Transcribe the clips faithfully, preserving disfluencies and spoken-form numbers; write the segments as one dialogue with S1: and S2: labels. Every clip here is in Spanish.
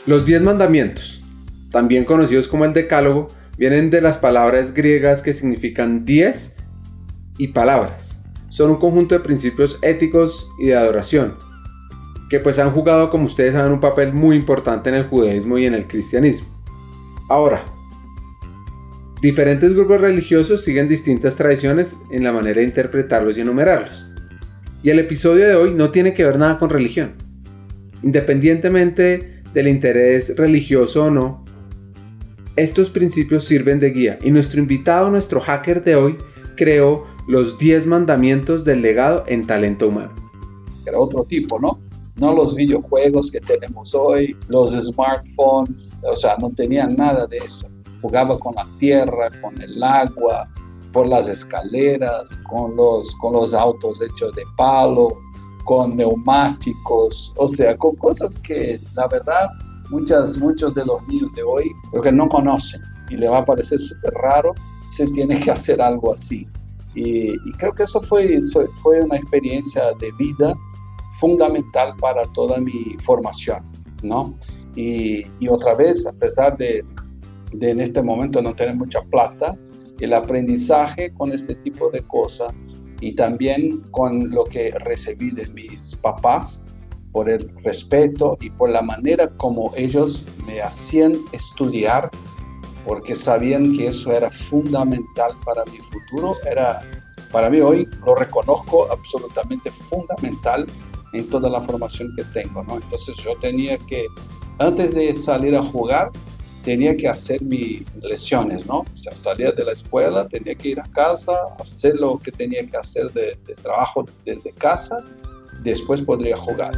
S1: Los diez mandamientos, también conocidos como el Decálogo, vienen de las palabras griegas que significan diez y palabras. Son un conjunto de principios éticos y de adoración, que pues han jugado, como ustedes saben, un papel muy importante en el judaísmo y en el cristianismo. Ahora, diferentes grupos religiosos siguen distintas tradiciones en la manera de interpretarlos y enumerarlos. Y el episodio de hoy no tiene que ver nada con religión. Independientemente del interés religioso o no, estos principios sirven de guía. Y nuestro invitado, nuestro hacker de hoy, creó los diez mandamientos del legado en talento humano.
S2: Era otro tipo, ¿no? No los videojuegos que tenemos hoy, los smartphones, o sea, no tenían nada de eso. Jugaba con la tierra, con el agua, por las escaleras, con los, con los autos hechos de palo, con neumáticos, o sea, con cosas que la verdad muchas, muchos de los niños de hoy creo que no conocen y le va a parecer súper raro, se tiene que hacer algo así. Y, y creo que eso fue, fue una experiencia de vida fundamental para toda mi formación, ¿no? Y, y otra vez, a pesar de, de en este momento no tener mucha plata, el aprendizaje con este tipo de cosas y también con lo que recibí de mis papás, por el respeto y por la manera como ellos me hacían estudiar, porque sabían que eso era fundamental para mi futuro, era, para mí hoy lo reconozco absolutamente fundamental en toda la formación que tengo, ¿no? Entonces yo tenía que, antes de salir a jugar, tenía que hacer mis lecciones, ¿no? O sea, salía de la escuela, tenía que ir a casa, hacer lo que tenía que hacer de, de trabajo desde casa, después podría jugar.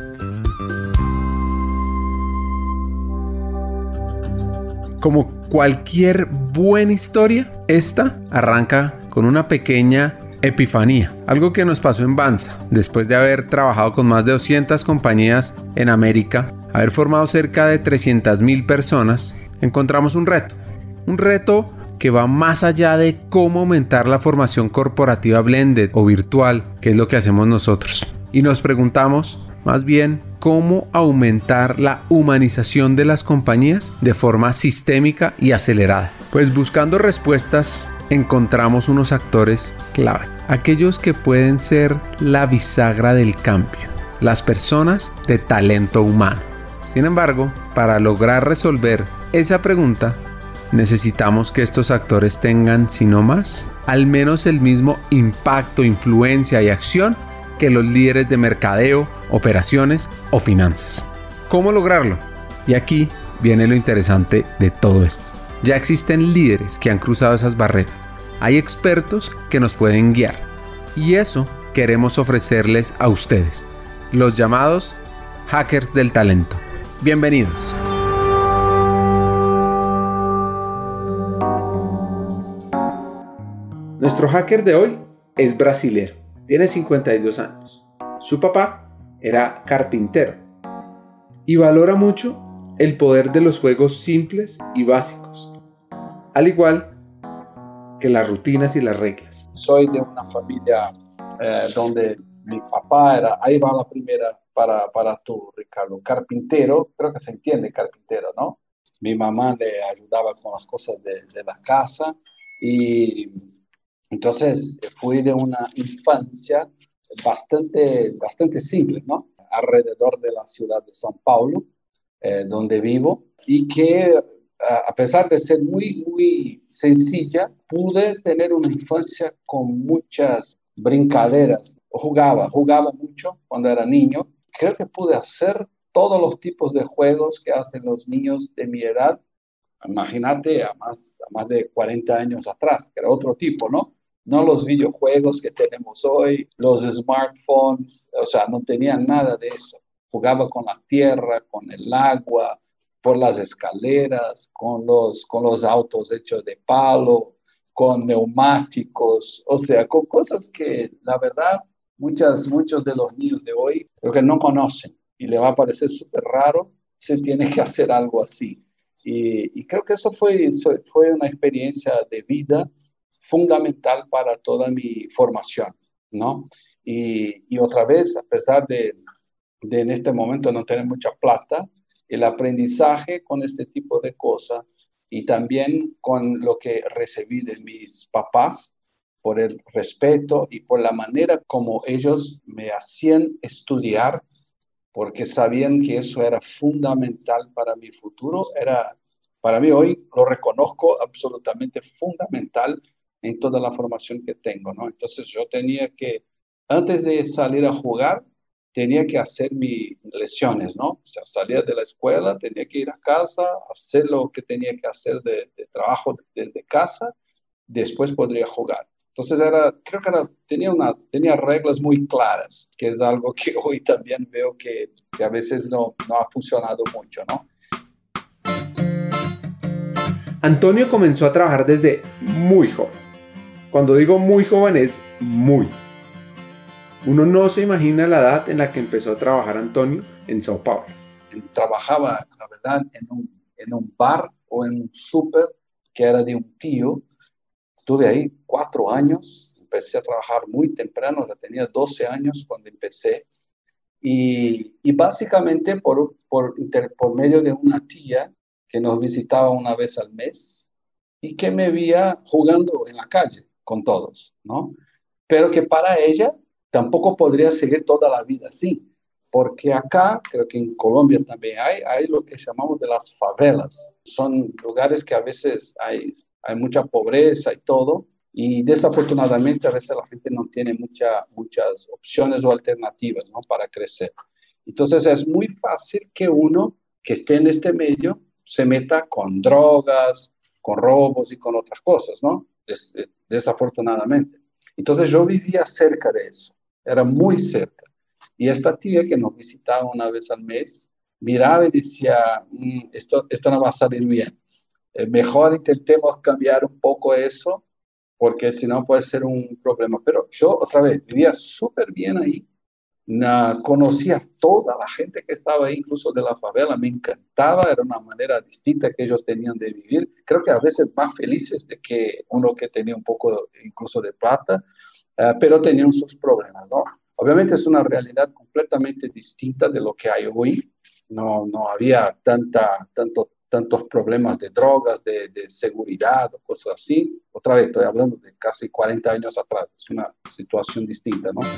S1: Como cualquier buena historia, esta arranca con una pequeña epifanía, algo que nos pasó en Banza. Después de haber trabajado con más de doscientas compañías en América, haber formado cerca de trescientas mil personas, encontramos un reto, un reto que va más allá de cómo aumentar la formación corporativa blended o virtual, que es lo que hacemos nosotros. Y nos preguntamos, más bien, cómo aumentar la humanización de las compañías de forma sistémica y acelerada. Pues buscando respuestas, encontramos unos actores clave, aquellos que pueden ser la bisagra del cambio, las personas de talento humano. Sin embargo, para lograr resolver esa pregunta, necesitamos que estos actores tengan, si no más, al menos el mismo impacto, influencia y acción que los líderes de mercadeo, operaciones o finanzas. ¿Cómo lograrlo? Y aquí viene lo interesante de todo esto. Ya existen líderes que han cruzado esas barreras. Hay expertos que nos pueden guiar. Y eso queremos ofrecerles a ustedes, los llamados hackers del talento. Bienvenidos. Nuestro hacker de hoy es brasilero. Tiene cincuenta y dos años. Su papá era carpintero y valora mucho el poder de los juegos simples y básicos, al igual que las rutinas y las reglas.
S2: Soy de una familia eh, donde mi papá era, ahí va la primera para, para tú, Ricardo, carpintero, creo que se entiende carpintero, ¿no? Mi mamá le ayudaba con las cosas de, de la casa y entonces fui de una infancia bastante, bastante simple, ¿no? Alrededor de la ciudad de São Paulo, eh, donde vivo, y que a pesar de ser muy, muy sencilla, pude tener una infancia con muchas brincaderas. Jugaba, jugaba mucho cuando era niño. Creo que pude hacer todos los tipos de juegos que hacen los niños de mi edad. Imagínate a más, a más de cuarenta años atrás, que era otro tipo, ¿no? No los videojuegos que tenemos hoy, los smartphones, o sea, no tenían nada de eso. Jugaba con la tierra, con el agua, por las escaleras, con los, con los autos hechos de palo, con neumáticos, o sea, con cosas que la verdad muchas, muchos de los niños de hoy creo que no conocen y le va a parecer súper raro, se tiene que hacer algo así. Y, y creo que eso fue, fue una experiencia de vida fundamental para toda mi formación, ¿no? Y, y otra vez, a pesar de, de en este momento no tener mucha plata, el aprendizaje con este tipo de cosas y también con lo que recibí de mis papás por el respeto y por la manera como ellos me hacían estudiar, porque sabían que eso era fundamental para mi futuro. Era, para mí hoy lo reconozco absolutamente fundamental en toda la formación que tengo, ¿no? Entonces yo tenía que, antes de salir a jugar, tenía que hacer mis lesiones, ¿no? O sea, salía de la escuela, tenía que ir a casa, hacer lo que tenía que hacer de, de trabajo desde casa, después podría jugar. Entonces era, creo que era, tenía, una, tenía reglas muy claras, que es algo que hoy también veo que, que a veces no, no ha funcionado mucho, ¿no?
S1: Antonio comenzó a trabajar desde muy joven. Cuando digo muy joven es muy. Uno no se imagina la edad en la que empezó a trabajar Antonio en Sao Paulo.
S2: Trabajaba, la verdad, en un, en un bar o en un súper que era de un tío. Estuve ahí cuatro años, empecé a trabajar muy temprano, ya tenía doce años cuando empecé. Y, y básicamente por, por, inter, por medio de una tía que nos visitaba una vez al mes y que me veía jugando en la calle con todos, ¿no? Pero que para ella tampoco podría seguir toda la vida así, porque acá, creo que en Colombia también hay, hay lo que llamamos de las favelas. Son lugares que a veces hay, hay mucha pobreza y todo, y desafortunadamente a veces la gente no tiene mucha, muchas opciones o alternativas, ¿no? Para crecer. Entonces es muy fácil que uno que esté en este medio se meta con drogas, con robos y con otras cosas, ¿no? Des, desafortunadamente. Entonces yo vivía cerca de eso, era muy cerca. Y esta tía que nos visitaba una vez al mes, miraba y decía, mmm, esto, esto no va a salir bien. Eh, mejor intentemos cambiar un poco eso, porque si no puede ser un problema. Pero yo, otra vez, vivía súper bien ahí. Na, conocía toda la gente que estaba ahí, incluso de la favela, me encantaba, era una manera distinta que ellos tenían de vivir. Creo que a veces más felices de que uno que tenía un poco incluso de plata, uh, pero tenían sus problemas, ¿no? Obviamente es una realidad completamente distinta de lo que hay hoy. No, no había tanta, tanto, tantos problemas de drogas, de, de seguridad o cosas así. Otra vez, estoy hablando de casi cuarenta años atrás. Es una situación distinta, ¿no?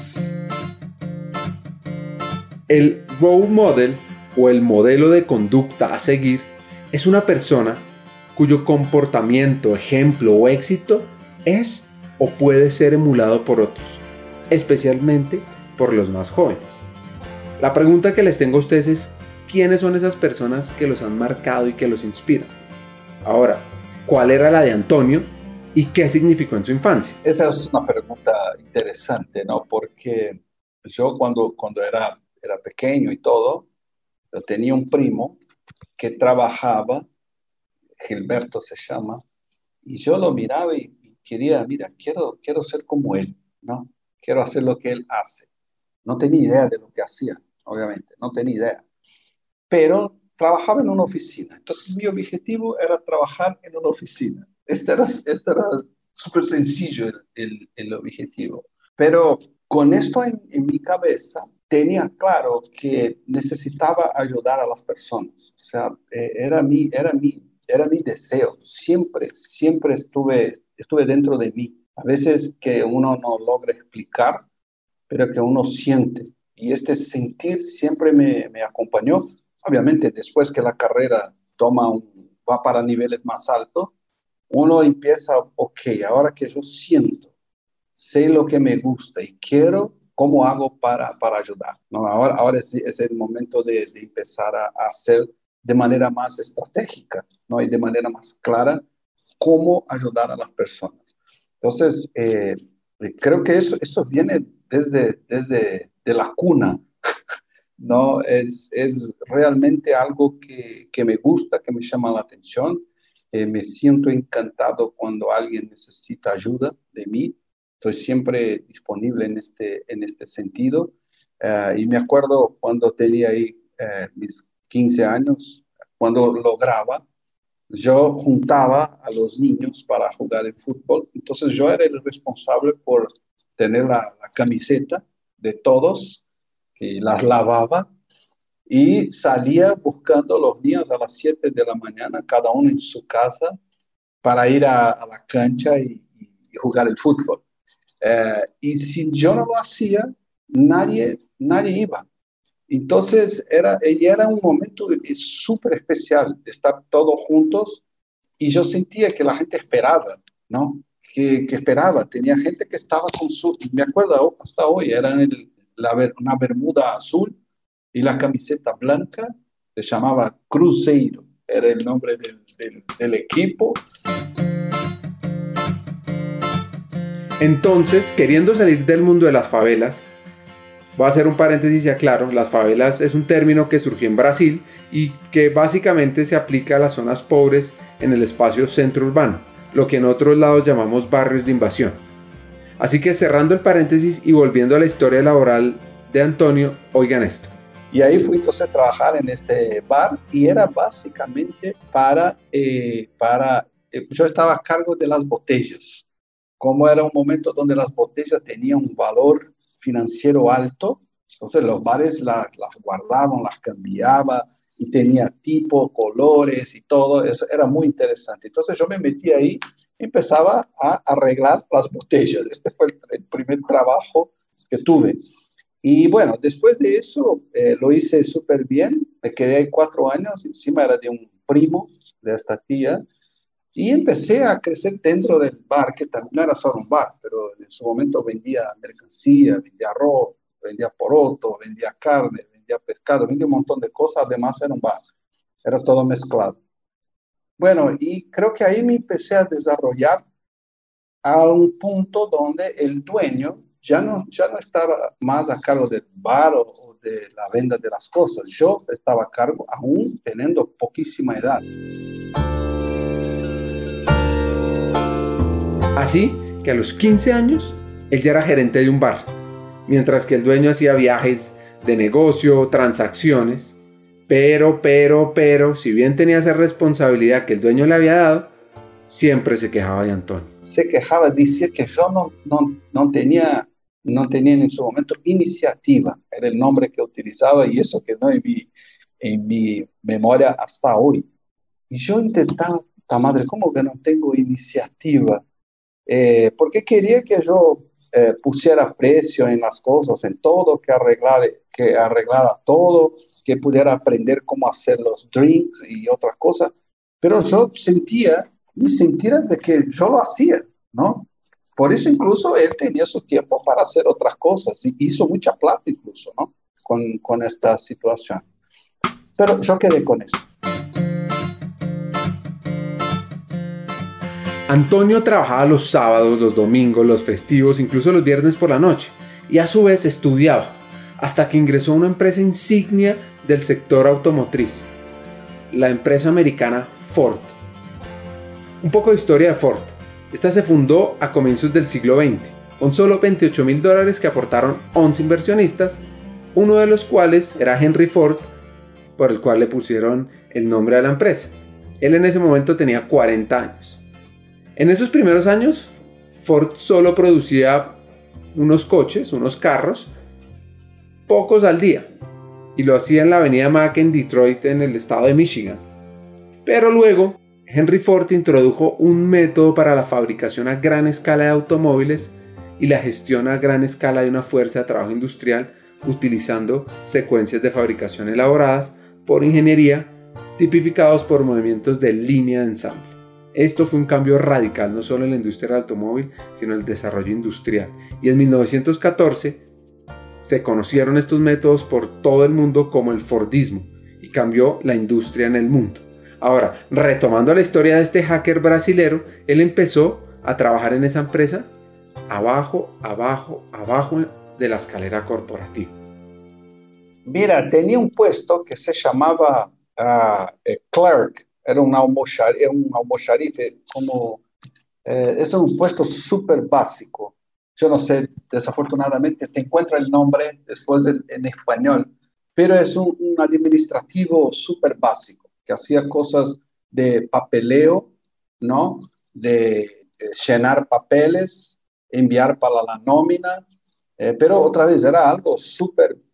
S1: El role model o el modelo de conducta a seguir es una persona cuyo comportamiento, ejemplo o éxito es o puede ser emulado por otros, especialmente por los más jóvenes. La pregunta que les tengo a ustedes es: ¿quiénes son esas personas que los han marcado y que los inspiran? Ahora, ¿cuál era la de Antonio y qué significó en su infancia?
S2: Esa es una pregunta interesante, ¿no? Porque yo cuando, cuando era, era pequeño y todo, yo tenía un primo que trabajaba, Gilberto se llama, y yo lo miraba y, y quería, mira, quiero, quiero ser como él, ¿no? Quiero hacer lo que él hace. No tenía idea de lo que hacía, obviamente, no tenía idea. Pero trabajaba en una oficina. Entonces mi objetivo era trabajar en una oficina. Este era, este era súper sencillo el, el, el objetivo. Pero con esto en, en mi cabeza, tenía claro que necesitaba ayudar a las personas. O sea, eh, era, mi, era, mi, era mi deseo. Siempre, siempre estuve, estuve dentro de mí. A veces que uno no logra explicar, pero que uno siente. Y este sentir siempre me, me acompañó. Obviamente, después que la carrera toma un, va para niveles más altos, uno empieza, ok, ahora que yo siento, sé lo que me gusta y quiero, ¿cómo hago para, para ayudar? ¿No? Ahora, ahora es, es el momento de, de empezar a, a hacer de manera más estratégica, ¿no? Y de manera más clara cómo ayudar a las personas. Entonces, eh, creo que eso, eso viene desde, desde de la cuna, ¿no? Es, es realmente algo que, que me gusta, que me llama la atención. Eh, me siento encantado cuando alguien necesita ayuda de mí. Estoy siempre disponible en este, en este sentido. Uh, y me acuerdo cuando tenía ahí uh, mis quince años, cuando lograba, yo juntaba a los niños para jugar el fútbol. Entonces yo era el responsable por tener la, la camiseta de todos, que las lavaba y salía buscando a los niños a las siete de la mañana, cada uno en su casa, para ir a, a la cancha y, y jugar el fútbol. Eh, y si yo no lo hacía, nadie, nadie iba. Entonces era, y era un momento súper especial, estar todos juntos y yo sentía que la gente esperaba, ¿no? Que, que esperaba, tenía gente que estaba con su, me acuerdo hasta hoy, era el, la, una bermuda azul y la camiseta blanca, se llamaba Cruzeiro, era el nombre del, del, del equipo.
S1: Entonces, queriendo salir del mundo de las favelas, voy a hacer un paréntesis y aclaro, las favelas es un término que surgió en Brasil y que básicamente se aplica a las zonas pobres en el espacio centro urbano, lo que en otros lados llamamos barrios de invasión. Así que cerrando el paréntesis y volviendo a la historia laboral de Antonio, oigan esto.
S2: Y ahí fui entonces a trabajar en este bar y era básicamente para, eh, para eh, yo estaba a cargo de las botellas. Como era un momento donde las botellas tenían un valor financiero alto, entonces los bares las, las guardaban, las cambiaban y tenía tipo, colores y todo, eso era muy interesante. Entonces yo me metí ahí y empezaba a arreglar las botellas. Este fue el, el primer trabajo que tuve. Y bueno, después de eso eh, lo hice súper bien, me quedé ahí cuatro años, encima era de un primo de esta tía, y empecé a crecer dentro del bar, que también no era solo un bar, pero en su momento vendía mercancía, vendía arroz, vendía poroto, vendía carne, vendía pescado, vendía un montón de cosas, además era un bar, era todo mezclado. Bueno, y creo que ahí me empecé a desarrollar a un punto donde el dueño ya no, ya no estaba más a cargo del bar o, o de la venta de las cosas. Yo estaba a cargo aún teniendo poquísima edad.
S1: Así que a los quince años, él ya era gerente de un bar, mientras que el dueño hacía viajes de negocio, transacciones, pero, pero, pero, si bien tenía esa responsabilidad que el dueño le había dado, siempre se quejaba de Antonio.
S2: Se quejaba, decía que yo no, no, no, tenía, no tenía en su momento iniciativa, era el nombre que utilizaba y eso quedó en mi, en mi memoria hasta hoy. Y yo intentaba, ta madre, ¿cómo que no tengo iniciativa? Eh, porque quería que yo eh, pusiera precio en las cosas, en todo, que arreglara, que arreglara todo, que pudiera aprender cómo hacer los drinks y otras cosas, pero yo sentía, me sentía de que yo lo hacía, ¿no? Por eso incluso él tenía su tiempo para hacer otras cosas y hizo mucha plata incluso, ¿no? Con, con esta situación. Pero yo quedé con eso.
S1: Antonio trabajaba los sábados, los domingos, los festivos, incluso los viernes por la noche, y a su vez estudiaba, hasta que ingresó a una empresa insignia del sector automotriz, la empresa americana Ford. Un poco de historia de Ford. Esta se fundó a comienzos del siglo veinte, con solo veintiocho mil dólares que aportaron once inversionistas, uno de los cuales era Henry Ford, por el cual le pusieron el nombre a la empresa. Él en ese momento tenía cuarenta años. En esos primeros años, Ford solo producía unos coches, unos carros, pocos al día, y lo hacía en la avenida Mack en Detroit, en el estado de Michigan. Pero luego, Henry Ford introdujo un método para la fabricación a gran escala de automóviles y la gestión a gran escala de una fuerza de trabajo industrial utilizando secuencias de fabricación elaboradas por ingeniería, tipificados por movimientos de línea de ensamble. Esto fue un cambio radical no solo en la industria del automóvil, sino en el desarrollo industrial. Y en mil novecientos catorce se conocieron estos métodos por todo el mundo como el Fordismo y cambió la industria en el mundo. Ahora, retomando la historia de este hacker brasilero, él empezó a trabajar en esa empresa abajo, abajo, abajo de la escalera corporativa.
S2: Mira, tenía un puesto que se llamaba uh, clerk. Era un almoxarife, un almoxarife como, eh, es un puesto súper básico. Yo no sé, desafortunadamente, te encuentra el nombre después en, en español, pero es un, un administrativo súper básico, que hacía cosas de papeleo, ¿no? De eh, llenar papeles, enviar para la nómina, eh, pero otra vez era algo súper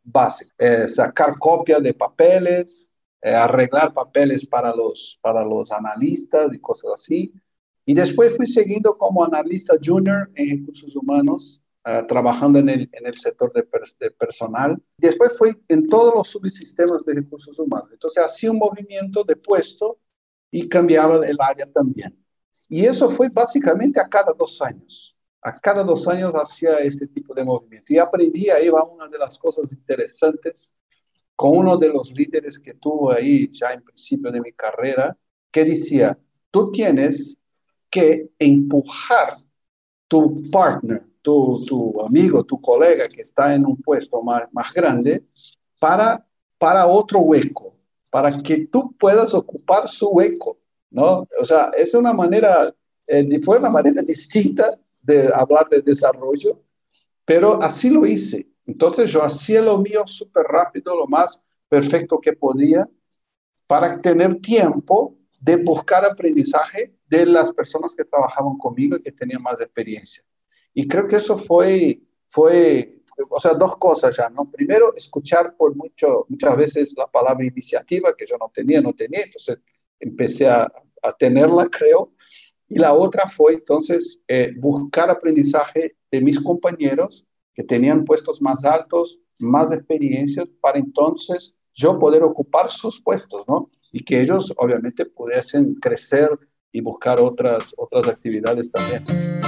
S2: básicos. Eh, sacar copia de papeles, eh, arreglar papeles para los, para los analistas y cosas así. Y después fui siguiendo como analista junior en recursos humanos, uh, trabajando en el, en el sector de, per, de personal. Después fui en todos los subsistemas de recursos humanos. Entonces hacía un movimiento de puesto y cambiaba el área también. Y eso fue básicamente a cada dos años. A cada dos años hacía este tipo de movimiento. Y aprendí, ahí va una de las cosas interesantes, con uno de los líderes que tuvo ahí ya en principio de mi carrera, que decía, tú tienes que empujar tu partner, tu, tu amigo, tu colega que está en un puesto más, más grande para, para otro hueco, para que tú puedas ocupar su hueco, ¿no? O sea, es una manera, eh, fue una manera distinta de hablar de desarrollo, pero así lo hice. Entonces yo hacía lo mío súper rápido, lo más perfecto que podía, para tener tiempo de buscar aprendizaje de las personas que trabajaban conmigo y que tenían más experiencia. Y creo que eso fue, fue o sea, dos cosas ya, ¿no? Primero, escuchar por mucho, muchas veces la palabra iniciativa, que yo no tenía, no tenía, entonces empecé a, a tenerla, creo. Y la otra fue, entonces, eh, buscar aprendizaje de mis compañeros que tenían puestos más altos, más experiencias, para entonces yo poder ocupar sus puestos, ¿no? Y que ellos, obviamente, pudiesen crecer y buscar otras, otras actividades también.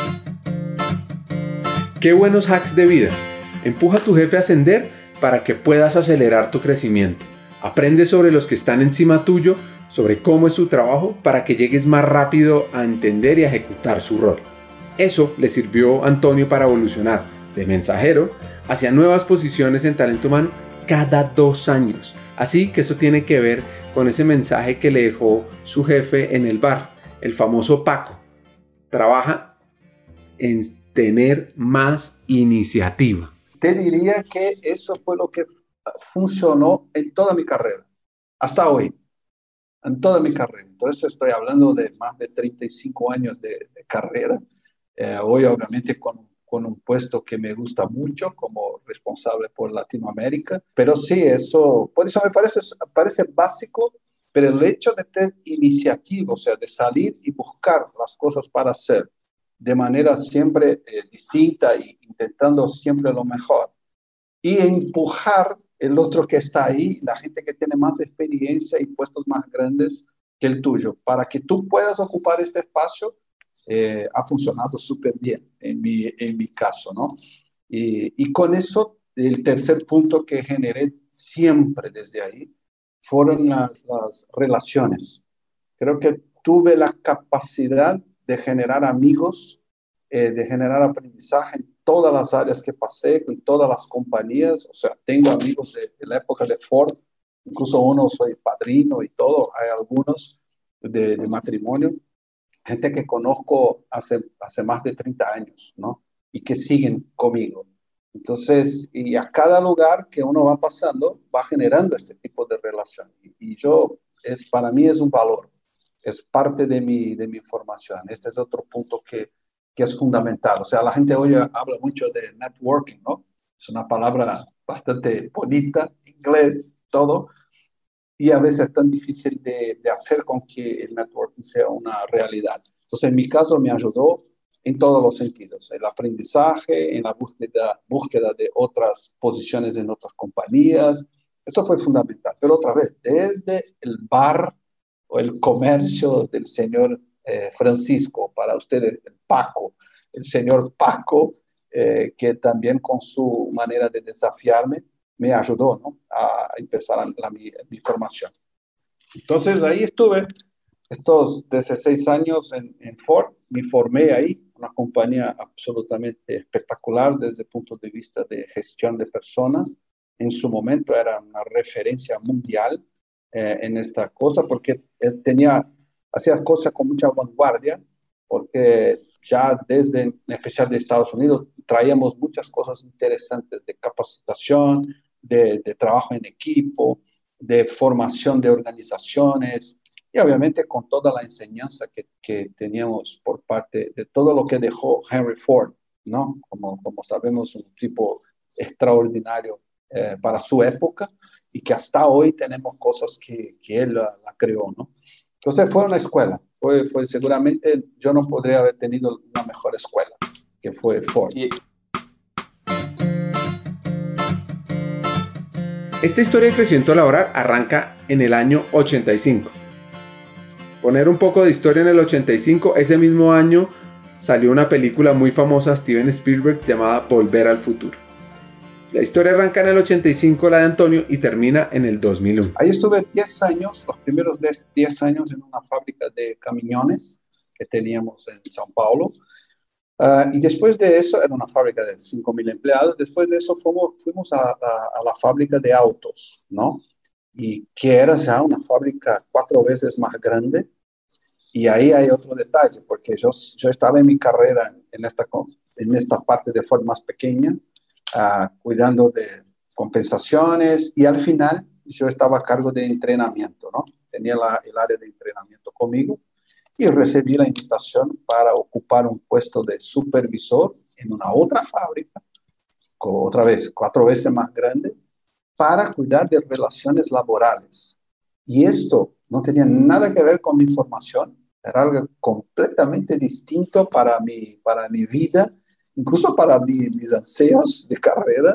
S1: ¡Qué buenos hacks de vida! Empuja a tu jefe a ascender para que puedas acelerar tu crecimiento. Aprende sobre los que están encima tuyo, sobre cómo es su trabajo, para que llegues más rápido a entender y a ejecutar su rol. Eso le sirvió a Antonio para evolucionar de mensajero hacia nuevas posiciones en talento humano cada dos años. Así que eso tiene que ver con ese mensaje que le dejó su jefe en el bar, el famoso Paco. Trabaja en tener más iniciativa.
S2: Te diría que eso fue lo que funcionó en toda mi carrera, hasta hoy, en toda mi carrera. Entonces estoy hablando de más de treinta y cinco años de, de carrera. Eh, hoy obviamente con, con un puesto que me gusta mucho como responsable por Latinoamérica, pero sí, eso, por eso me parece, parece básico, pero el hecho de tener iniciativa, o sea, de salir y buscar las cosas para hacer de manera siempre eh, distinta e intentando siempre lo mejor, y empujar el otro que está ahí, la gente que tiene más experiencia y puestos más grandes que el tuyo, para que tú puedas ocupar este espacio, eh, ha funcionado súper bien en mi, en mi caso, ¿no? Y, y con eso, el tercer punto que generé siempre desde ahí fueron las, las relaciones. Creo que tuve la capacidad de generar amigos, eh, de generar aprendizaje en todas las áreas que pasé, en todas las compañías. O sea, tengo amigos de, de la época de Ford, incluso uno soy padrino y todo, hay algunos de, de matrimonio, gente que conozco hace, hace más de treinta años, ¿no? Y que siguen conmigo. Entonces, y a cada lugar que uno va pasando, va generando este tipo de relación. Y, y yo, es, para mí es un valor, es parte de mi, de mi formación. Este es otro punto que, que es fundamental. O sea, la gente hoy habla mucho de networking, ¿no? Es una palabra bastante bonita, inglés, todo, y a veces es tan difícil de, de hacer con que el networking sea una realidad. Entonces, en mi caso me ayudó en todos los sentidos, el aprendizaje, en la búsqueda, búsqueda de otras posiciones en otras compañías. Esto fue fundamental. Pero otra vez, desde el bar o el comercio del señor eh, Francisco, para ustedes, el Paco, el señor Paco, eh, que también con su manera de desafiarme, me ayudó, ¿no?, a empezar la, mi, mi formación. Entonces ahí estuve estos dieciséis años en, en Ford, me formé ahí, una compañía absolutamente espectacular desde el punto de vista de gestión de personas. En su momento era una referencia mundial eh, en esta cosa, porque tenía, hacía cosas con mucha vanguardia, porque ya desde, en especial de Estados Unidos, traíamos muchas cosas interesantes de capacitación, de, de trabajo en equipo, de formación de organizaciones, y obviamente con toda la enseñanza que, que teníamos por parte de todo lo que dejó Henry Ford, ¿no? Como, como sabemos, un tipo extraordinario eh, para su época y que hasta hoy tenemos cosas que, que él la, la creó, ¿no? Entonces fue una escuela, fue, fue seguramente yo no podría haber tenido una mejor escuela, que fue Ford.
S3: Y,
S1: Esta historia de crecimiento laboral arranca en el año ochenta y cinco. Poner un poco de historia en el ochenta y cinco, ese mismo año salió una película muy famosa de Steven Spielberg llamada Volver al Futuro. La historia arranca en el ochenta y cinco, la de Antonio, y termina en el dos mil uno.
S2: Ahí estuve diez años, los primeros diez años en una fábrica de camiones que teníamos en São Paulo. Uh, y después de eso, era una fábrica de cinco mil empleados, después de eso fuimos, fuimos a, a, a la fábrica de autos, ¿no? Y que era ya una fábrica cuatro veces más grande. Y ahí hay otro detalle, porque yo, yo estaba en mi carrera en esta, en esta parte de Ford más pequeña, uh, cuidando de compensaciones, y al final yo estaba a cargo de entrenamiento, ¿no? Tenía la, el área de entrenamiento conmigo. Y recibí la invitación para ocupar un puesto de supervisor en una otra fábrica, otra vez, cuatro veces más grande, para cuidar de relaciones laborales. Y esto no tenía nada que ver con mi formación, era algo completamente distinto para mi, para mi vida, incluso para mi, mis ansios de carrera.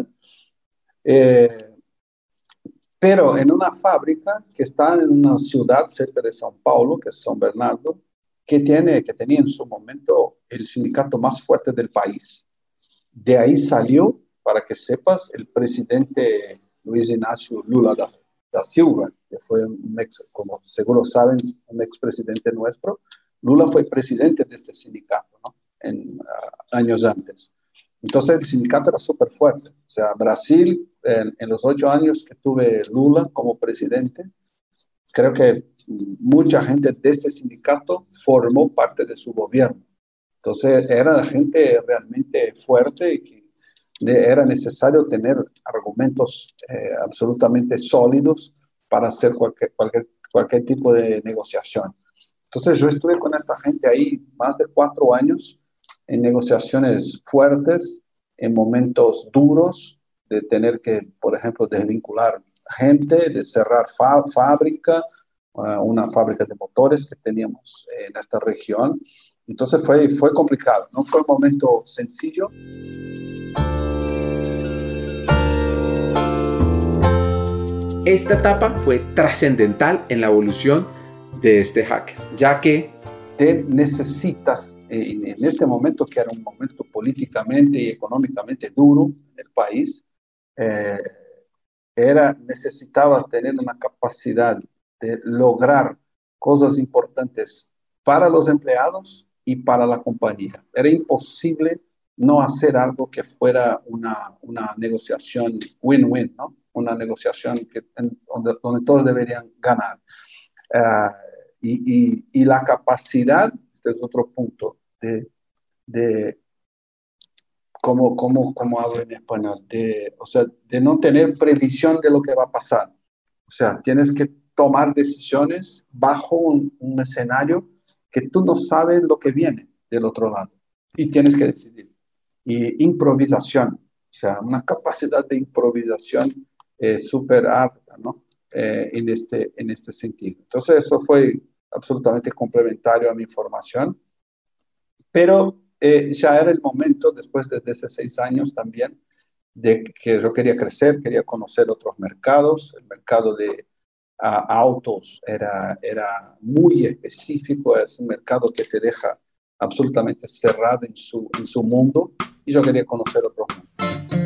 S2: Eh, pero en una fábrica que está en una ciudad cerca de São Paulo, que es São Bernardo, que, tiene, que tenía en su momento el sindicato más fuerte del país. De ahí salió, para que sepas, el presidente Luis Inácio Lula da, da Silva, que fue un ex, como seguro saben, un expresidente nuestro. Lula fue presidente de este sindicato, ¿no? En, uh, años antes. Entonces el sindicato era súper fuerte. O sea, Brasil, en, en los ocho años que tuve Lula como presidente, creo que mucha gente de este sindicato formó parte de su gobierno. Entonces, era gente realmente fuerte y que era necesario tener argumentos eh, absolutamente sólidos para hacer cualquier, cualquier, cualquier tipo de negociación. Entonces, yo estuve con esta gente ahí más de cuatro años en negociaciones fuertes, en momentos duros, de tener que, por ejemplo, desvincular gente, de cerrar fa- fábrica, una fábrica de motores que teníamos en esta región. Entonces fue, fue complicado, no fue un momento sencillo.
S1: Esta etapa fue trascendental en la evolución de este hacker, ya que
S2: te necesitas, en, en este momento que era un momento políticamente y económicamente duro en el país, eh, era, necesitabas tener una capacidad de lograr cosas importantes para los empleados y para la compañía. Era imposible no hacer algo que fuera una, una negociación win-win, ¿no? Una negociación que, en, donde, donde todos deberían ganar. Uh, y, y, y la capacidad, este es otro punto, de, de ¿cómo, cómo, cómo hablo en español? De, o sea, de no tener previsión de lo que va a pasar. O sea, tienes que tomar decisiones bajo un, un escenario que tú no sabes lo que viene del otro lado y tienes que decidir. Y improvisación, o sea, una capacidad de improvisación eh, súper alta, ¿no? Eh, en, este, en este sentido. Entonces, eso fue absolutamente complementario a mi formación, pero eh, ya era el momento, después de dieciséis años también, de que yo quería crecer, quería conocer otros mercados. El mercado de uh, autos era, era muy específico, es un mercado que te deja absolutamente cerrado en su, en su mundo, y yo quería conocer otros mundos.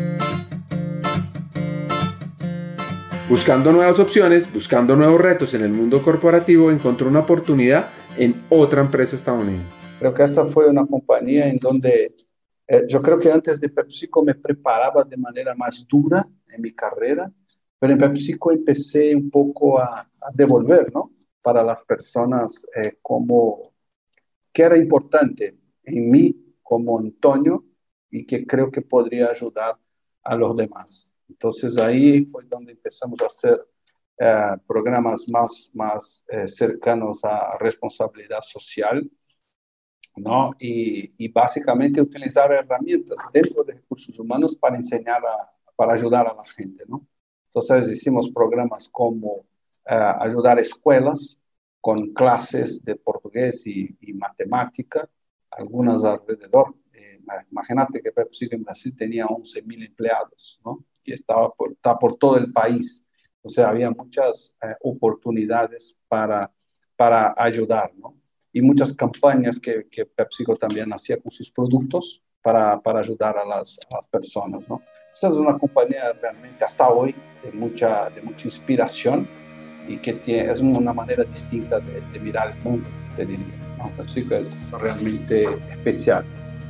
S1: Buscando nuevas opciones, buscando nuevos retos en el mundo corporativo, encontró una oportunidad en otra empresa estadounidense.
S2: Creo que esta fue una compañía en donde eh, yo creo que antes de PepsiCo me preparaba de manera más dura en mi carrera, pero en PepsiCo empecé un poco a, a devolver, ¿no? Para las personas eh, como que era importante en mí como Antonio y que creo que podría ayudar a los demás. Entonces ahí fue donde empezamos a hacer eh, programas más, más eh, cercanos a responsabilidad social, ¿no? Y, y básicamente utilizar herramientas dentro de recursos humanos para enseñar a, para ayudar a la gente, ¿no? Entonces hicimos programas como uh, ayudar a escuelas con clases de portugués y, y matemática, algunas alrededor. Eh, imagínate que PepsiCo en Brasil tenía once mil empleados, ¿no? Y estaba por, está por todo el país. O sea, había muchas eh, oportunidades para, para ayudar, ¿no? Y muchas campañas que, que PepsiCo también hacía con sus productos para, para ayudar a las, a las personas, ¿no? Esta es una compañía realmente hasta hoy de mucha, de mucha inspiración y que tiene, es una manera distinta de, de mirar el mundo, te diría, ¿no? PepsiCo es realmente especial.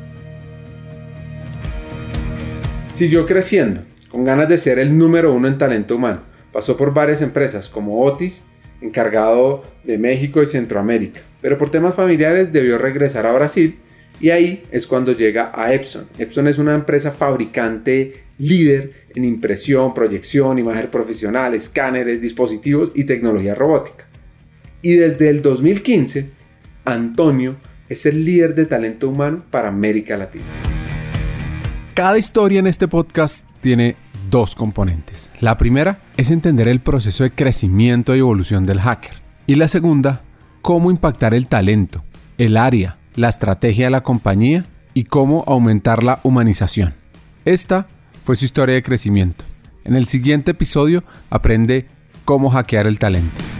S1: Siguió creciendo, con ganas de ser el número uno en talento humano. Pasó por varias empresas como Otis, encargado de México y Centroamérica, pero por temas familiares debió regresar a Brasil y ahí es cuando llega a Epson. Epson es una empresa fabricante líder en impresión, proyección, imagen profesional, escáneres, dispositivos y tecnología robótica. Y desde el dos mil quince, Antonio es el líder de talento humano para América Latina. Cada historia en este podcast tiene dos componentes. La primera es entender el proceso de crecimiento y evolución del hacker. Y la segunda, cómo impactar el talento, el área, la estrategia de la compañía y cómo aumentar la humanización. Esta fue su historia de crecimiento. En el siguiente episodio aprende cómo hackear el talento.